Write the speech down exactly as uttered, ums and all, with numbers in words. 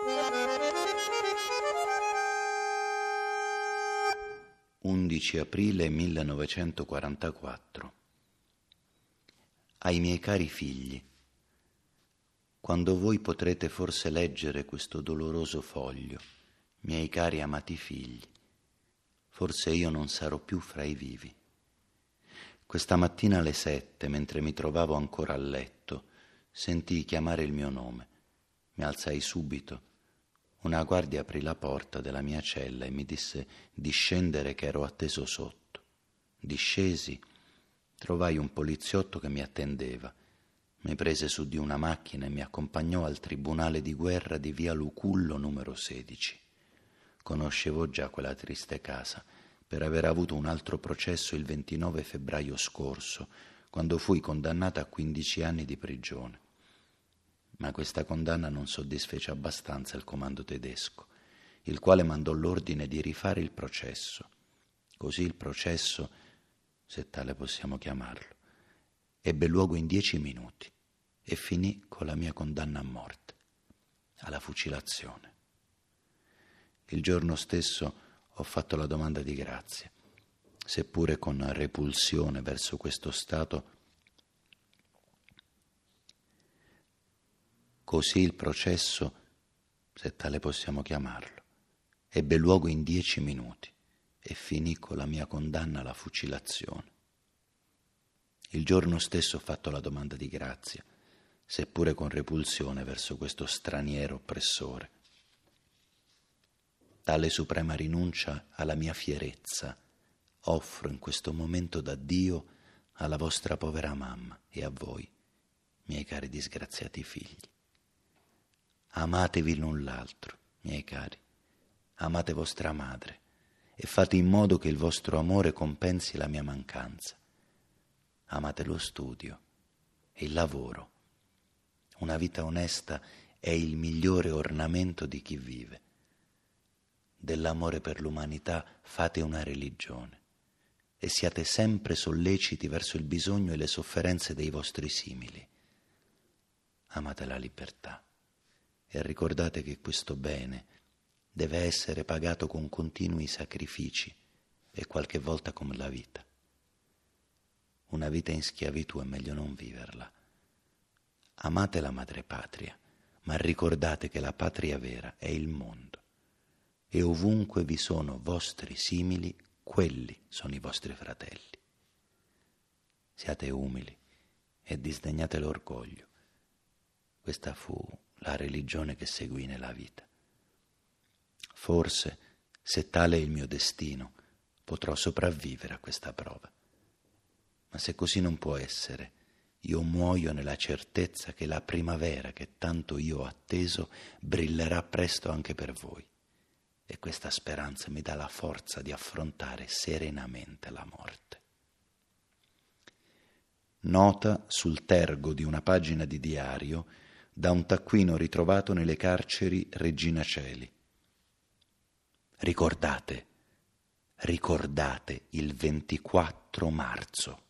undici aprile millenovecentoquarantaquattro. Ai miei cari figli, quando voi potrete forse leggere questo doloroso foglio, miei cari amati figli, forse io non sarò più fra i vivi. Questa mattina alle sette, mentre mi trovavo ancora a letto, sentii chiamare il mio nome. Mi alzai subito. Una guardia aprì la porta della mia cella e mi disse di scendere, che ero atteso sotto. Discesi, trovai un poliziotto che mi attendeva. Mi prese su di una macchina e mi accompagnò al tribunale di guerra di via Lucullo numero sedici. Conoscevo già quella triste casa per aver avuto un altro processo il ventinove febbraio scorso, quando fui condannata a quindici anni di prigione. Ma questa condanna non soddisfece abbastanza il comando tedesco, il quale mandò l'ordine di rifare il processo. Così il processo, se tale possiamo chiamarlo, ebbe luogo in dieci minuti e finì con la mia condanna a morte, alla fucilazione. Il giorno stesso ho fatto la domanda di grazia, seppure con repulsione verso questo Stato. Così il processo, se tale possiamo chiamarlo, ebbe luogo in dieci minuti e finì con la mia condanna alla fucilazione. Il giorno stesso ho fatto la domanda di grazia, seppure con repulsione verso questo straniero oppressore. Tale suprema rinuncia alla mia fierezza offro in questo momento da Dio alla vostra povera mamma e a voi, miei cari disgraziati figli. Amatevi l'un l'altro, miei cari, amate vostra madre e fate in modo che il vostro amore compensi la mia mancanza. Amate lo studio e il lavoro. Una vita onesta è il migliore ornamento di chi vive. Dell'amore per l'umanità fate una religione e siate sempre solleciti verso il bisogno e le sofferenze dei vostri simili. Amate la libertà. E ricordate che questo bene deve essere pagato con continui sacrifici e qualche volta con la vita. Una vita in schiavitù è meglio non viverla. Amate la madrepatria, ma ricordate che la patria vera è il mondo e ovunque vi sono vostri simili, quelli sono i vostri fratelli. Siate umili e disdegnate l'orgoglio. Questa fu la religione che seguì nella vita. Forse, se tale è il mio destino, potrò sopravvivere a questa prova. Ma se così non può essere, io muoio nella certezza che la primavera che tanto io ho atteso brillerà presto anche per voi. E questa speranza mi dà la forza di affrontare serenamente la morte. Nota sul tergo di una pagina di diario da un taccuino ritrovato nelle carceri Regina Coeli. Ricordate, ricordate il ventiquattro marzo.